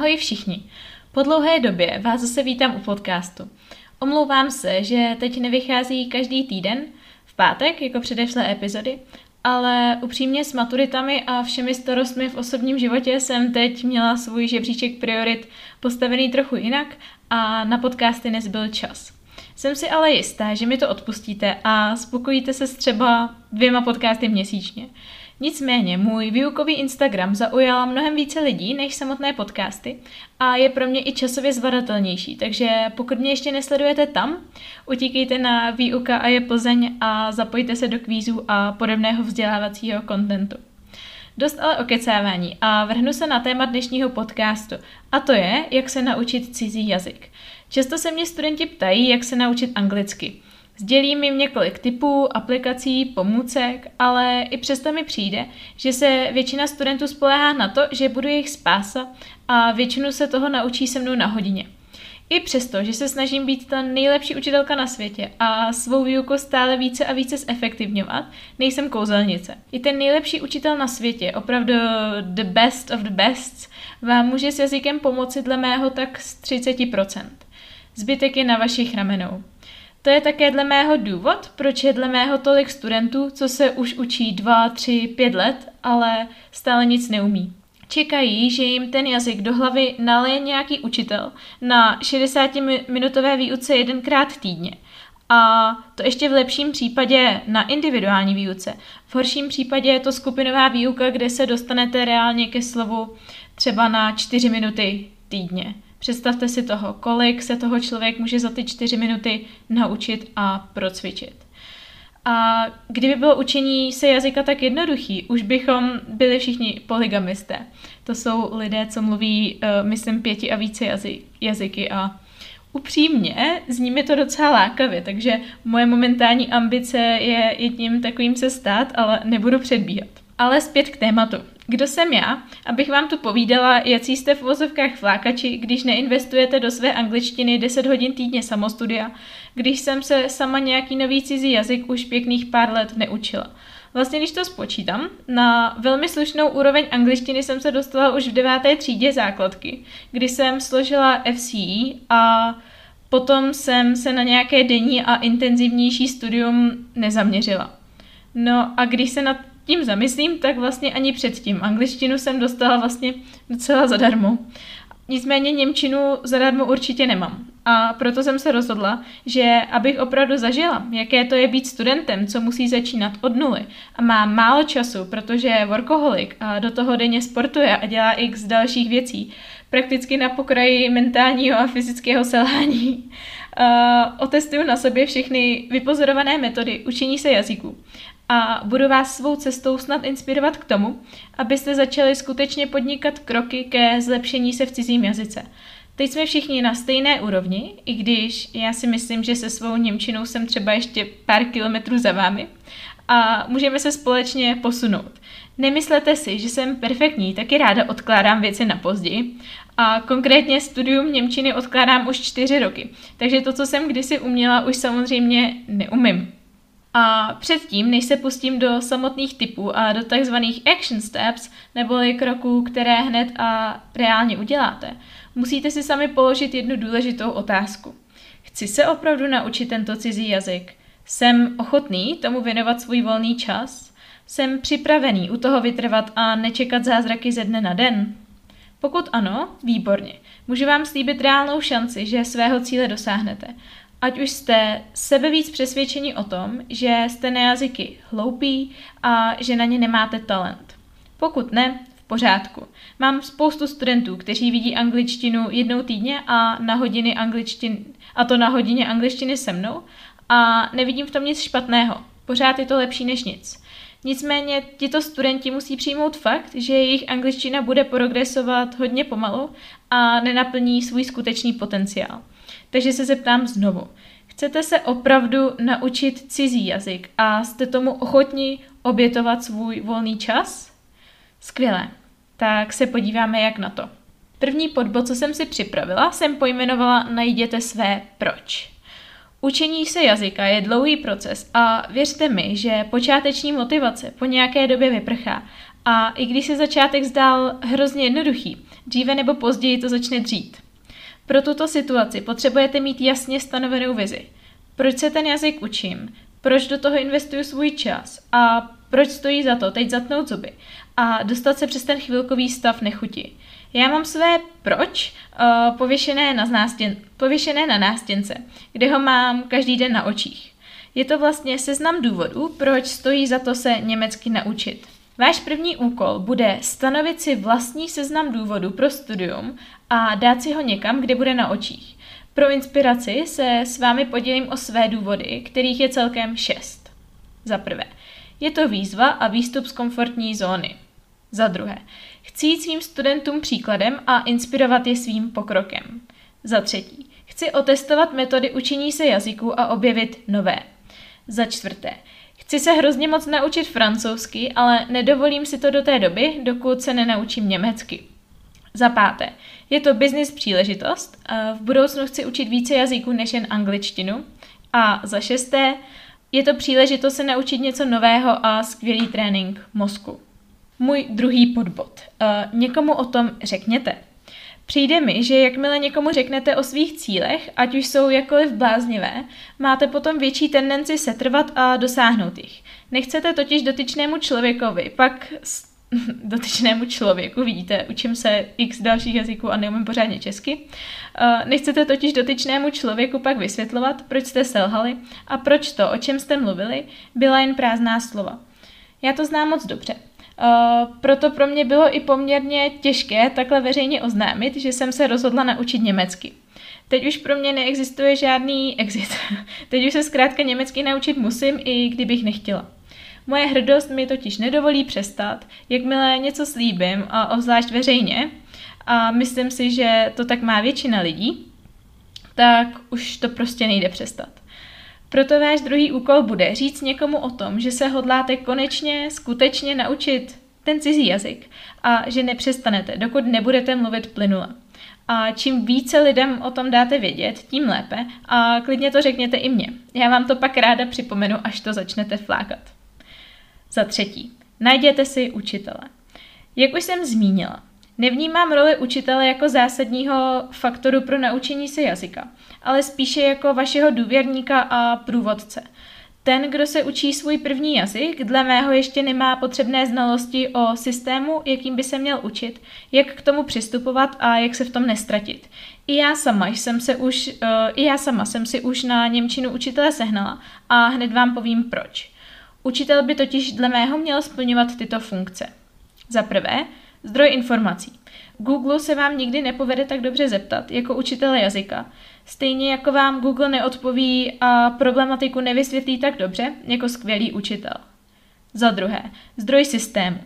Ahoj všichni. Po dlouhé době vás zase vítám u podcastu. Omlouvám se, že teď nevychází každý týden, v pátek, jako předešlé epizody, ale upřímně s maturitami a všemi starostmi v osobním životě jsem teď měla svůj žebříček priorit postavený trochu jinak a na podcasty nezbyl čas. Jsem si ale jistá, že mi to odpustíte a spokojíte se s třeba 2 podcasty měsíčně. Nicméně můj výukový Instagram zaujal mnohem více lidí než samotné podcasty a je pro mě i časově zvladatelnější, takže pokud mě ještě nesledujete tam, utíkejte na Výuka a je Plzeň a zapojte se do kvízů a podobného vzdělávacího kontentu. Dost ale okecávání a vrhnu se na téma dnešního podcastu a to je, jak se naučit cizí jazyk. Často se mě studenti ptají, jak se naučit anglicky. Sdělím jim několik tipů, aplikací, pomůcek, ale i přesto mi přijde, že se většina studentů spoléhá na to, že budu jejich spása a většinu se toho naučí se mnou na hodině. I přesto, že se snažím být ta nejlepší učitelka na světě a svou výuku stále více a více zefektivňovat, nejsem kouzelnice. I ten nejlepší učitel na světě, opravdu the best of the best, vám může s jazykem pomoci dle mého tak z 30%. Zbytek je na vašich ramenou. To je také dle mého důvod, proč je dle mého tolik studentů, co se už učí 2, 3, 5 let, ale stále nic neumí. Čekají, že jim ten jazyk do hlavy nalije nějaký učitel na 60-minutové výuce 1krát týdně. A to ještě v lepším případě na individuální výuce. V horším případě je to skupinová výuka, kde se dostanete reálně ke slovu třeba na 4 minuty týdně. Představte si toho, kolik se toho člověk může za ty 4 minuty naučit a procvičit. A kdyby bylo učení se jazyka tak jednoduchý, už bychom byli všichni polygamisté. To jsou lidé, co mluví, myslím, 5 a více jazyky a upřímně zní mi to docela lákavě, takže moje momentální ambice je jedním takovým se stát, ale nebudu předbíhat. Ale zpět k tématu. Kdo jsem já, abych vám tu povídala, jací jste v uvozovkách flákači, když neinvestujete do své angličtiny 10 hodin týdně samostudia, když jsem se sama nějaký nový cizí jazyk už pěkných pár let neučila. Vlastně když to spočítám, na velmi slušnou úroveň angličtiny jsem se dostala už v 9. třídě základky, kdy jsem složila FCE a potom jsem se na nějaké denní a intenzivnější studium nezaměřila. No a když se nad tím zamyslím, tak vlastně ani předtím. Angličtinu jsem dostala vlastně docela zadarmo. Nicméně němčinu zadarmo určitě nemám. A proto jsem se rozhodla, že abych opravdu zažila, jaké to je být studentem, co musí začínat od nuly a má málo času, protože je workoholik a do toho denně sportuje a dělá x dalších věcí, prakticky na pokraji mentálního a fyzického selhání. Otestuju na sobě všechny vypozorované metody učení se jazyků a budu vás svou cestou snad inspirovat k tomu, abyste začali skutečně podnikat kroky ke zlepšení se v cizím jazyce. Teď jsme všichni na stejné úrovni, i když já si myslím, že se svou němčinou jsem třeba ještě pár kilometrů za vámi a můžeme se společně posunout. Nemyslete si, že jsem perfektní, taky ráda odkládám věci na později a konkrétně studium němčiny odkládám už 4 roky, takže to, co jsem kdysi uměla, už samozřejmě neumím. A předtím, než se pustím do samotných tipů a do takzvaných action steps, neboli kroků, které hned a reálně uděláte, musíte si sami položit jednu důležitou otázku. Chci se opravdu naučit tento cizí jazyk? Jsem ochotný tomu věnovat svůj volný čas? Jsem připravený u toho vytrvat a nečekat zázraky ze dne na den? Pokud ano, výborně. Můžu vám slíbit reálnou šanci, že svého cíle dosáhnete. Ať už jste sebevíc přesvědčeni o tom, že jste na jazyky hloupí a že na ně nemáte talent. Pokud ne, v pořádku. Mám spoustu studentů, kteří vidí angličtinu 1 týdně a na hodině angličtiny se mnou a nevidím v tom nic špatného. Pořád je to lepší než nic. Nicméně tito studenti musí přijmout fakt, že jejich angličtina bude progresovat hodně pomalu a nenaplní svůj skutečný potenciál. Takže se zeptám znovu. Chcete se opravdu naučit cizí jazyk a jste tomu ochotni obětovat svůj volný čas? Skvělé. Tak se podíváme, jak na to. První podbod, co jsem si připravila, jsem pojmenovala Najděte své proč. Učení se jazyka je dlouhý proces a věřte mi, že počáteční motivace po nějaké době vyprchá a i když se začátek zdál hrozně jednoduchý, Dříve nebo později to začne dřít. Pro tuto situaci potřebujete mít jasně stanovenou vizi. Proč se ten jazyk učím? Proč do toho investuju svůj čas? A proč stojí za to teď zatnout zuby? A dostat se přes ten chvilkový stav nechuti. Já mám své proč pověšené na nástěnce, kde ho mám každý den na očích. Je to vlastně seznam důvodů, proč stojí za to se německy naučit. Váš první úkol bude stanovit si vlastní seznam důvodů pro studium a dát si ho někam, kde bude na očích. Pro inspiraci se s vámi podělím o své důvody, kterých je celkem 6. Za prvé, je to výzva a výstup z komfortní zóny. Za druhé, chci jít svým studentům příkladem a inspirovat je svým pokrokem. Za třetí, chci otestovat metody učení se jazyků a objevit nové. Za čtvrté, chci se hrozně moc naučit francouzsky, ale nedovolím si to do té doby, dokud se nenaučím německy. Za páté, je to business příležitost. V budoucnu chci učit více jazyků než jen angličtinu. A za šesté, je to příležitost se naučit něco nového a skvělý trénink mozku. Můj druhý podbod. Někomu o tom řekněte. Přijde mi, že jakmile někomu řeknete o svých cílech, ať už jsou jakkoliv bláznivé, máte potom větší tendenci setrvat a dosáhnout jich. Nechcete totiž dotyčnému člověku, vidíte, učím se x dalších jazyků a neumím pořádně česky, nechcete totiž dotyčnému člověku pak vysvětlovat, proč jste selhali a proč to, o čem jste mluvili, byla jen prázdná slova. Já to znám moc dobře. Proto pro mě bylo i poměrně těžké takhle veřejně oznámit, že jsem se rozhodla naučit německy. Teď už pro mě neexistuje žádný exit. Teď už se zkrátka německy naučit musím, i kdybych nechtěla. Moje hrdost mi totiž nedovolí přestat, jakmile něco slíbím a obzvlášť veřejně, a myslím si, že to tak má většina lidí, tak už to prostě nejde přestat. Proto váš druhý úkol bude říct někomu o tom, že se hodláte konečně, skutečně naučit ten cizí jazyk a že nepřestanete, dokud nebudete mluvit plynule. A čím více lidem o tom dáte vědět, tím lépe a klidně to řekněte i mně. Já vám to pak ráda připomenu, až to začnete flákat. Za třetí, najděte si učitele. Jak už jsem zmínila, nevnímám roli učitele jako zásadního faktoru pro naučení se jazyka, ale spíše jako vašeho důvěrníka a průvodce. Ten, kdo se učí svůj první jazyk, dle mého ještě nemá potřebné znalosti o systému, jakým by se měl učit, jak k tomu přistupovat a jak se v tom nestratit. I já sama jsem si už na němčinu učitele sehnala a hned vám povím proč. Učitel by totiž dle mého měl splňovat tyto funkce. Za prvé, zdroj informací. Google se vám nikdy nepovede tak dobře zeptat jako učitele jazyka. Stejně jako vám Google neodpoví a problematiku nevysvětlí tak dobře jako skvělý učitel. Za druhé, zdroj systému.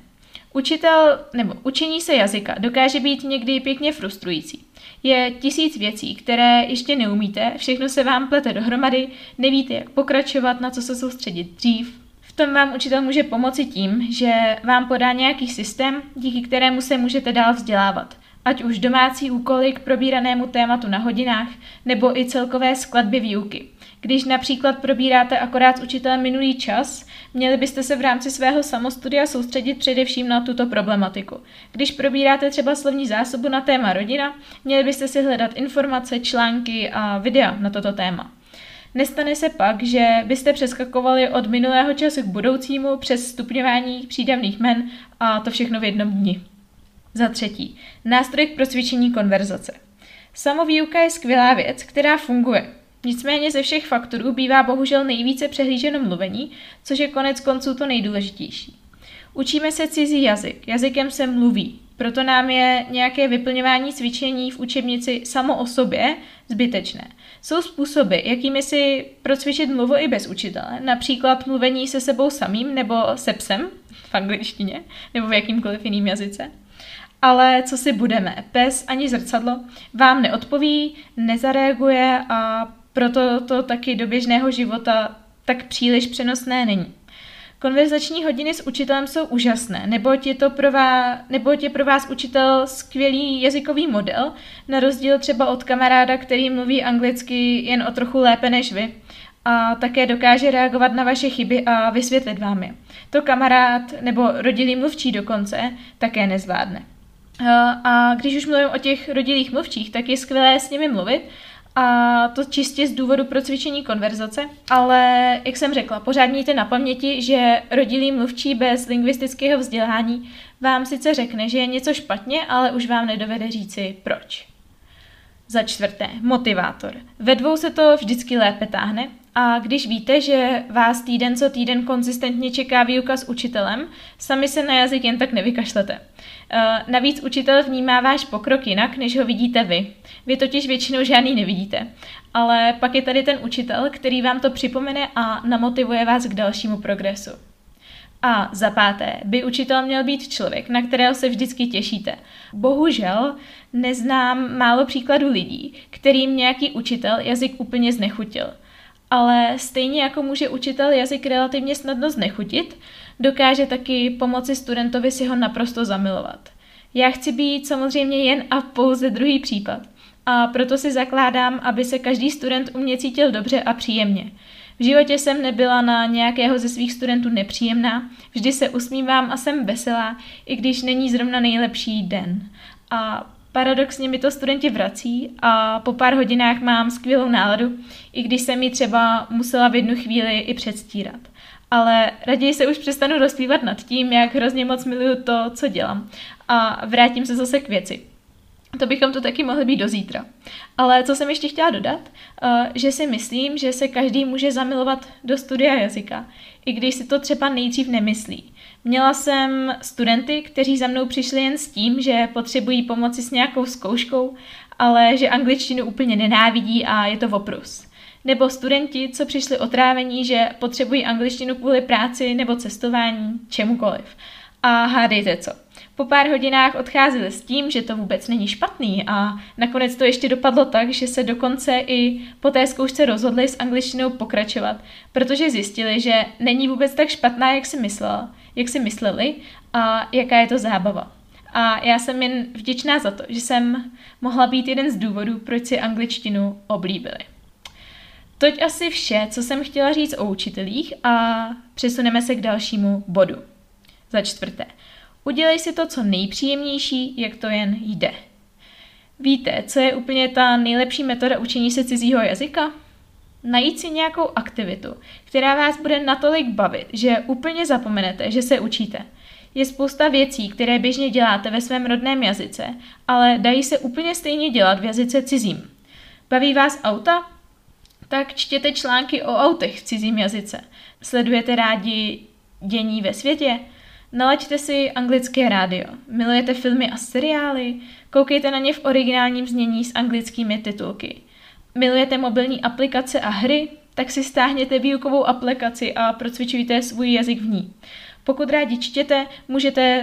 Učení se jazyka dokáže být někdy pěkně frustrující. Je 1000 věcí, které ještě neumíte, všechno se vám plete dohromady, nevíte, jak pokračovat, na co se soustředit dřív. V tom vám učitel může pomoci tím, že vám podá nějaký systém, díky kterému se můžete dál vzdělávat. Ať už domácí úkoly k probíranému tématu na hodinách, nebo i celkové skladby výuky. Když například probíráte akorát s učitelem minulý čas, měli byste se v rámci svého samostudia soustředit především na tuto problematiku. Když probíráte třeba slovní zásobu na téma rodina, měli byste si hledat informace, články a videa na toto téma. Nestane se pak, že byste přeskakovali od minulého času k budoucímu přes stupňování přídavných jmen a to všechno v jednom dni. Za třetí, nástroj k procvičení konverzace. Samovýuka je skvělá věc, která funguje. Nicméně ze všech faktorů bývá bohužel nejvíce přehlíženo mluvení, což je konec konců to nejdůležitější. Učíme se cizí jazyk, jazykem se mluví, proto nám je nějaké vyplňování cvičení v učebnici samo o sobě zbytečné. Jsou způsoby, jakými si procvičit mluvu i bez učitele, například mluvení se sebou samým nebo se psem v angličtině nebo v jakýmkoliv jiným jazyce. Ale co si budeme, pes ani zrcadlo vám neodpoví, nezareaguje a proto to taky do běžného života tak příliš přenosné není. Konverzační hodiny s učitelem jsou úžasné, neboť je pro vás učitel skvělý jazykový model, na rozdíl třeba od kamaráda, který mluví anglicky jen o trochu lépe než vy a také dokáže reagovat na vaše chyby a vysvětlit vám je. To kamarád nebo rodilý mluvčí dokonce také nezvládne. A když už mluvím o těch rodilých mluvčích, tak je skvělé s nimi mluvit, a to čistě z důvodu pro cvičení konverzace, ale jak jsem řekla, pořád mějte na paměti, že rodilý mluvčí bez lingvistického vzdělání vám sice řekne, že je něco špatně, ale už vám nedovede říci proč. Za čtvrté, motivátor. Ve dvou se to vždycky lépe táhne a když víte, že vás týden co týden konzistentně čeká výuka s učitelem, sami se na jazyk jen tak nevykašlete. Navíc učitel vnímá váš pokrok jinak, než ho vidíte vy. Vy totiž většinou žádný nevidíte. Ale pak je tady ten učitel, který vám to připomene a namotivuje vás k dalšímu progresu. A za páté, by učitel měl být člověk, na kterého se vždycky těšíte. Bohužel neznám málo příkladů lidí, kterým nějaký učitel jazyk úplně znechutil. Ale stejně jako může učitel jazyk relativně snadno znechutit, dokáže taky pomoci studentovi si ho naprosto zamilovat. Já chci být samozřejmě jen a pouze druhý případ. A proto si zakládám, aby se každý student u mě cítil dobře a příjemně. V životě jsem nebyla na nějakého ze svých studentů nepříjemná, vždy se usmívám a jsem veselá, i když není zrovna nejlepší den. A paradoxně mi to studenti vrací a po pár hodinách mám skvělou náladu, i když jsem ji třeba musela v jednu chvíli i předstírat. Ale raději se už přestanu rozplývat nad tím, jak hrozně moc miluju to, co dělám. A vrátím se zase k věci. To bychom to taky mohli být do zítra. Ale co jsem ještě chtěla dodat, že si myslím, že se každý může zamilovat do studia jazyka, i když si to třeba nejdřív nemyslí. Měla jsem studenty, kteří za mnou přišli jen s tím, že potřebují pomoci s nějakou zkouškou, ale že angličtinu úplně nenávidí a je to oprus. Nebo studenti, co přišli otrávení, že potřebují angličtinu kvůli práci nebo cestování, čemukoliv. A hádejte co. Po pár hodinách odcházeli s tím, že to vůbec není špatný a nakonec to ještě dopadlo tak, že se dokonce i po té zkoušce rozhodli s angličtinou pokračovat, protože zjistili, že není vůbec tak špatná, jak si mysleli a jaká je to zábava. A já jsem jen vděčná za to, že jsem mohla být jeden z důvodů, proč si angličtinu oblíbili. Toť asi vše, co jsem chtěla říct o učitelích a přesuneme se k dalšímu bodu. Za čtvrté. Udělej si to co nejpříjemnější, jak to jen jde. Víte, co je úplně ta nejlepší metoda učení se cizího jazyka? Najít si nějakou aktivitu, která vás bude natolik bavit, že úplně zapomenete, že se učíte. Je spousta věcí, které běžně děláte ve svém rodném jazyce, ale dají se úplně stejně dělat v jazyce cizím. Baví vás auta? Tak čtěte články o autech v cizím jazyce. Sledujete rádi dění ve světě? Nalaďte si anglické rádio, milujete filmy a seriály, koukejte na ně v originálním znění s anglickými titulky. Milujete mobilní aplikace a hry? Tak si stáhněte výukovou aplikaci a procvičujte svůj jazyk v ní. Pokud rádi čtete, můžete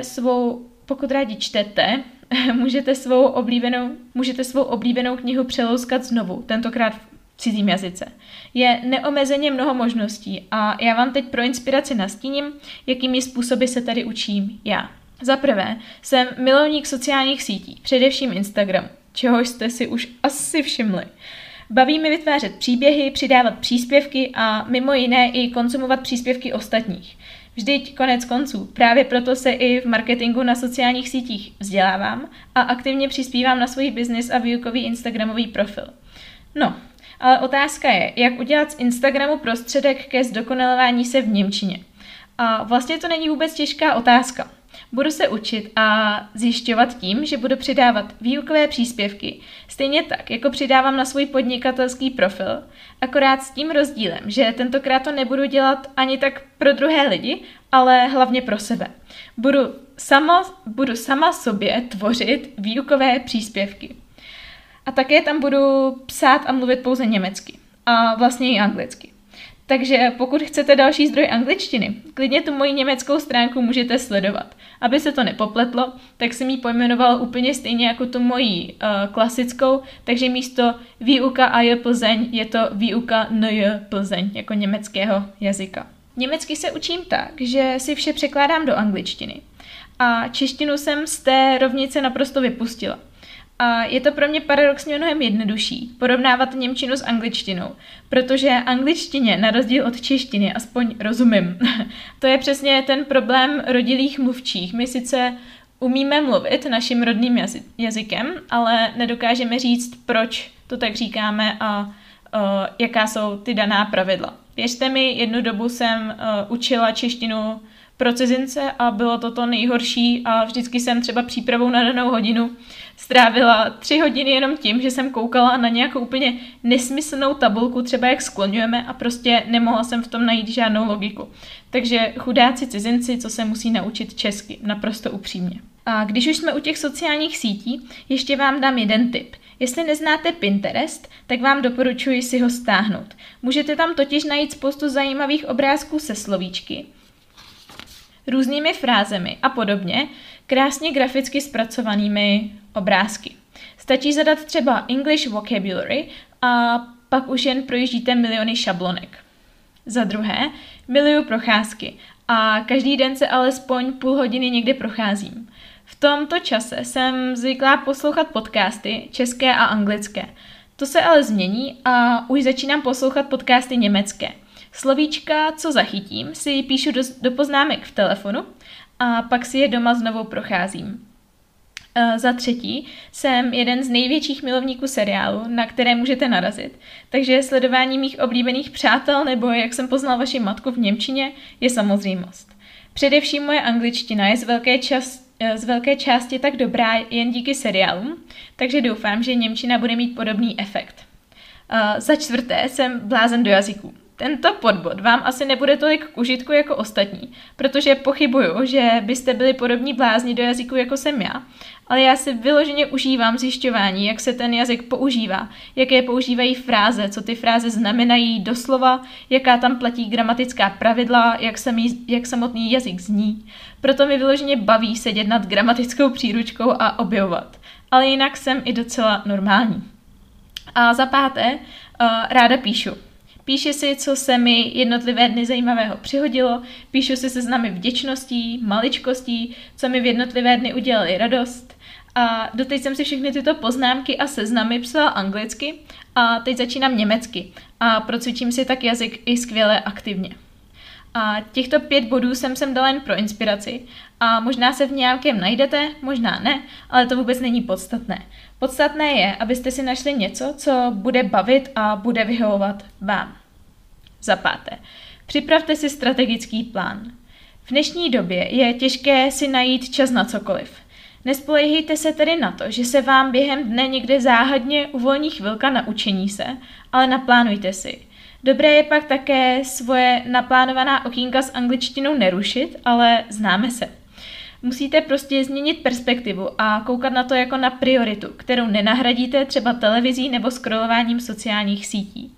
svou oblíbenou knihu přelouskat znovu, tentokrát v cizím jazyce. Je neomezeně mnoho možností a já vám teď pro inspiraci nastíním, jakými způsoby se tady učím já. Za prvé, jsem milovník sociálních sítí, především Instagramu, čehož jste si už asi všimli. Baví mi vytvářet příběhy, přidávat příspěvky a mimo jiné i konzumovat příspěvky ostatních. Vždyť konec konců, právě proto se i v marketingu na sociálních sítích vzdělávám a aktivně přispívám na svůj biznis a výukový instagramový profil. No, ale otázka je, jak udělat z Instagramu prostředek ke zdokonalování se v němčině. A vlastně to není vůbec těžká otázka. Budu se učit a zjišťovat tím, že budu přidávat výukové příspěvky, stejně tak, jako přidávám na svůj podnikatelský profil, akorát s tím rozdílem, že tentokrát to nebudu dělat ani tak pro druhé lidi, ale hlavně pro sebe. Budu sama sobě tvořit výukové příspěvky. A také tam budu psát a mluvit pouze německy. A vlastně i anglicky. Takže pokud chcete další zdroj angličtiny, klidně tu moji německou stránku můžete sledovat. Aby se to nepopletlo, tak jsem ji pojmenovala úplně stejně jako tu moji klasickou, takže místo výuka AJ Plzeň je to výuka NJ Plzeň jako německého jazyka. Německy se učím tak, že si vše překládám do angličtiny. A češtinu jsem z té rovnice naprosto vypustila. A je to pro mě paradoxně mnohem jednodušší porovnávat němčinu s angličtinou, protože angličtině na rozdíl od češtiny aspoň rozumím. To je přesně ten problém rodilých mluvčích. My sice Umíme mluvit naším rodným jazykem, ale nedokážeme říct, proč to tak říkáme a jaká jsou ty daná pravidla. Věřte mi, jednu dobu jsem učila češtinu pro cizince a bylo to nejhorší a vždycky jsem třeba přípravou na danou hodinu strávila 3 hodiny jenom tím, že jsem koukala na nějakou úplně nesmyslnou tabulku, třeba jak skloňujeme a prostě nemohla jsem v tom najít žádnou logiku. Takže chudáci cizinci, co se musí naučit česky, naprosto upřímně. A když už jsme u těch sociálních sítí, ještě vám dám jeden tip. Jestli neznáte Pinterest, tak vám doporučuji si ho stáhnout. Můžete tam totiž najít spoustu zajímavých obrázků se slovíčky, různými frázemi a podobně, krásně graficky zpracovanými obrázky. Stačí zadat třeba English vocabulary a pak už jen projíždíte miliony šablonek. Za druhé, miluju procházky a každý den se alespoň půl hodiny někde procházím. V tomto čase jsem zvyklá poslouchat podcasty české a anglické. To se ale změní a už začínám poslouchat podcasty německé. Slovíčka, co zachytím, si píšu do poznámek v telefonu a pak si je doma znovu procházím. Za třetí, jsem jeden z největších milovníků seriálu, na které můžete narazit, takže sledování mých oblíbených přátel nebo jak jsem poznal vaši matku v němčině je samozřejmost. Především moje angličtina je z velké části tak dobrá jen díky seriálům, takže doufám, že němčina bude mít podobný efekt. Za čtvrté, jsem blázen do jazyků. Tento podbod vám asi nebude tolik k užitku jako ostatní, protože pochybuju, že byste byli podobní blázni do jazyku jako jsem já, ale já si vyloženě užívám zjišťování, jak se ten jazyk používá, jaké používají fráze, co ty fráze znamenají doslova, jaká tam platí gramatická pravidla, jak samotný jazyk zní. Proto mi vyloženě baví sedět nad gramatickou příručkou a objevovat. Ale jinak jsem i docela normální. A za páté, ráda píšu. Píši si, co se mi jednotlivé dny zajímavého přihodilo, píšu si seznamy vděčností, maličkostí, co mi v jednotlivé dny udělali radost. A doteď jsem si všechny tyto poznámky a seznamy psala anglicky a teď začínám německy a procvičím si tak jazyk i skvěle aktivně. A těchto 5 bodů jsem sem dala jen pro inspiraci a možná se v nějakém najdete, možná ne, ale to vůbec není podstatné. Podstatné je, abyste si našli něco, co bude bavit a bude vyhovovat vám. Za páté, připravte si strategický plán. V dnešní době je těžké si najít čas na cokoliv. Nespoléhejte se tedy na to, že se vám během dne někde záhadně uvolní chvilka na učení se, ale naplánujte si. Dobré je pak také svoje naplánovaná okýnka s angličtinou nerušit, ale známe se. Musíte prostě změnit perspektivu a koukat na to jako na prioritu, kterou nenahradíte třeba televizí nebo scrollováním sociálních sítí.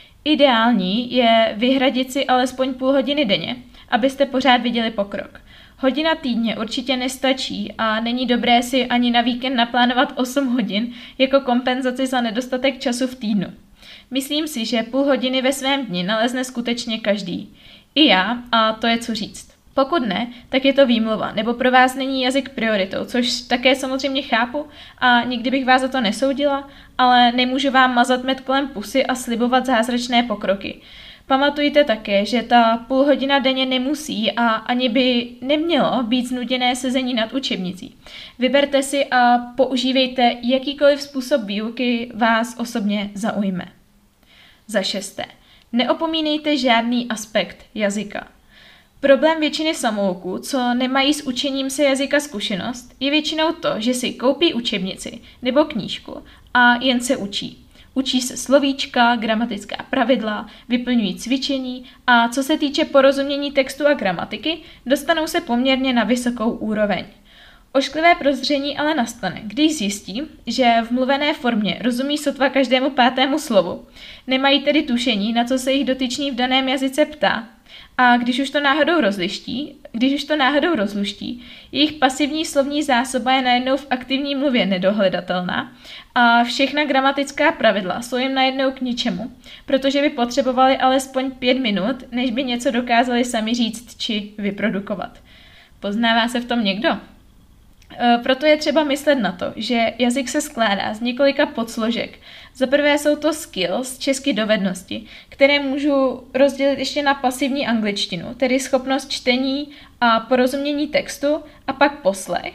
Ideální je vyhradit si alespoň půl hodiny denně, abyste pořád viděli pokrok. Hodina týdně určitě nestačí a není dobré si ani na víkend naplánovat 8 hodin jako kompenzaci za nedostatek času v týdnu. Myslím si, že půl hodiny ve svém dni nalezne skutečně každý. I já, a to je co říct. Pokud ne, tak je to výmluva, nebo pro vás není jazyk prioritou, což také samozřejmě chápu a nikdy bych vás za to nesoudila, ale nemůžu vám mazat med kolem pusy a slibovat zázračné pokroky. Pamatujte také, že ta půl hodina denně nemusí a ani by nemělo být znuděné sezení nad učebnicí. Vyberte si a používejte jakýkoliv způsob výuky vás osobně zaujme. Za šesté, neopomínejte žádný aspekt jazyka. Problém většiny samouků, co nemají s učením se jazyka zkušenost, je většinou to, že si koupí učebnici nebo knížku a jen se učí. Učí se slovíčka, gramatická pravidla, vyplňují cvičení a co se týče porozumění textu a gramatiky, dostanou se poměrně na vysokou úroveň. Ošklivé prozření ale nastane, když zjistí, že v mluvené formě rozumí sotva každému 5. slovu, nemají tedy tušení, na co se jich dotyčný v daném jazyce ptá, a když už to náhodou rozluští, jejich pasivní slovní zásoba je najednou v aktivní mluvě nedohledatelná a všechna gramatická pravidla jsou jim najednou k ničemu, protože by potřebovali alespoň 5 minut, než by něco dokázali sami říct či vyprodukovat. Poznává se v tom někdo? Proto je třeba myslet na to, že jazyk se skládá z několika podsložek. Za prvé jsou to skills, česky dovednosti, které můžu rozdělit ještě na pasivní angličtinu, tedy schopnost čtení a porozumění textu a pak poslech.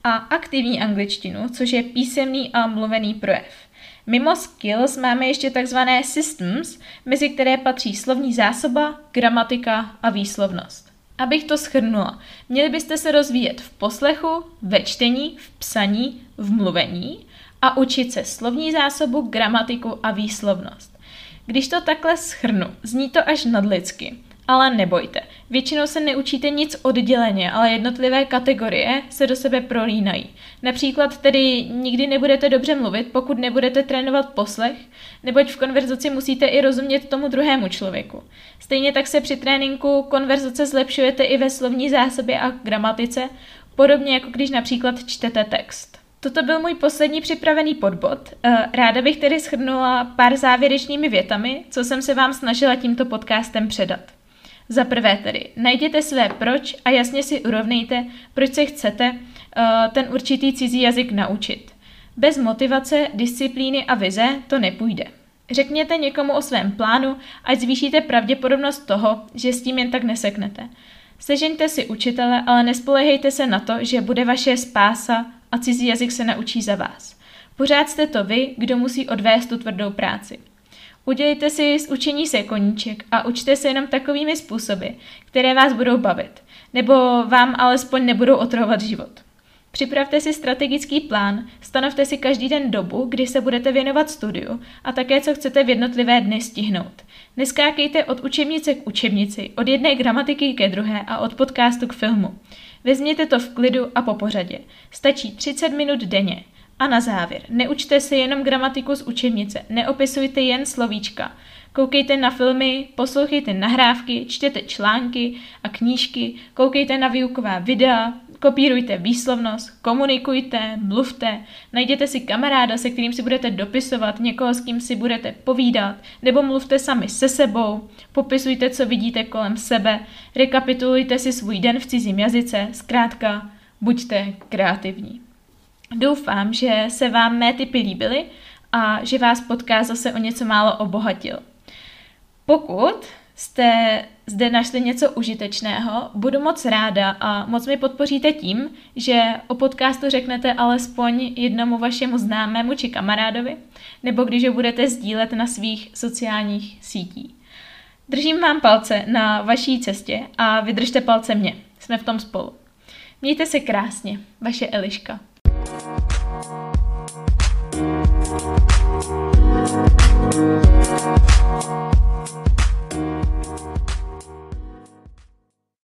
a aktivní angličtinu, což je písemný a mluvený projev. Mimo skills máme ještě takzvané systems, mezi které patří slovní zásoba, gramatika a výslovnost. Abych to shrnula, měli byste se rozvíjet v poslechu, ve čtení, v psaní, v mluvení a učit se slovní zásobu, gramatiku a výslovnost. Když to takhle shrnu, zní to až nadlidsky, ale nebojte, většinou se neučíte nic odděleně, ale jednotlivé kategorie se do sebe prolínají. Například tedy nikdy nebudete dobře mluvit, pokud nebudete trénovat poslech, neboť v konverzaci musíte i rozumět tomu druhému člověku. Stejně tak se při tréninku konverzace zlepšujete i ve slovní zásobě a gramatice, podobně jako když například čtete text. Toto byl můj poslední připravený podbod. Ráda bych tedy shrnula pár závěrečnými větami, co jsem se vám snažila tímto podcastem předat. Za prvé tedy, najděte své proč a jasně si urovnejte, proč se chcete ten určitý cizí jazyk naučit. Bez motivace, disciplíny a vize to nepůjde. Řekněte někomu o svém plánu, ať zvýšíte pravděpodobnost toho, že s tím jen tak neseknete. Sežeňte si učitele, ale nespoléhejte se na to, že bude vaše spása a cizí jazyk se naučí za vás. Pořád jste to vy, kdo musí odvést tu tvrdou práci. Udělejte si z učení se koníček a učte se jenom takovými způsoby, které vás budou bavit, nebo vám alespoň nebudou otravovat život. Připravte si strategický plán, stanovte si každý den dobu, kdy se budete věnovat studiu a také, co chcete v jednotlivé dny stihnout. Neskákejte od učebnice k učebnici, od jedné gramatiky ke druhé a od podcastu k filmu. Vezměte to v klidu a po pořadě. Stačí 30 minut denně. A na závěr, neučte se jenom gramatiku z učebnice, neopisujte jen slovíčka. Koukejte na filmy, poslouchejte nahrávky, čtěte články a knížky, koukejte na výuková videa, kopírujte výslovnost, komunikujte, mluvte, najděte si kamaráda, se kterým si budete dopisovat, někoho, s kým si budete povídat, nebo mluvte sami se sebou, popisujte, co vidíte kolem sebe, rekapitulujte si svůj den v cizím jazyce, zkrátka buďte kreativní. Doufám, že se vám mé tipy líbily a že vás podcast zase o něco málo obohatil. Pokud jste zde našli něco užitečného, budu moc ráda a moc mi podpoříte tím, že o podcastu řeknete alespoň jednomu vašemu známému či kamarádovi, nebo když ho budete sdílet na svých sociálních sítích. Držím vám palce na vaší cestě a vydržte palce mě. Jsme v tom spolu. Mějte se krásně, vaše Eliška. Thank you.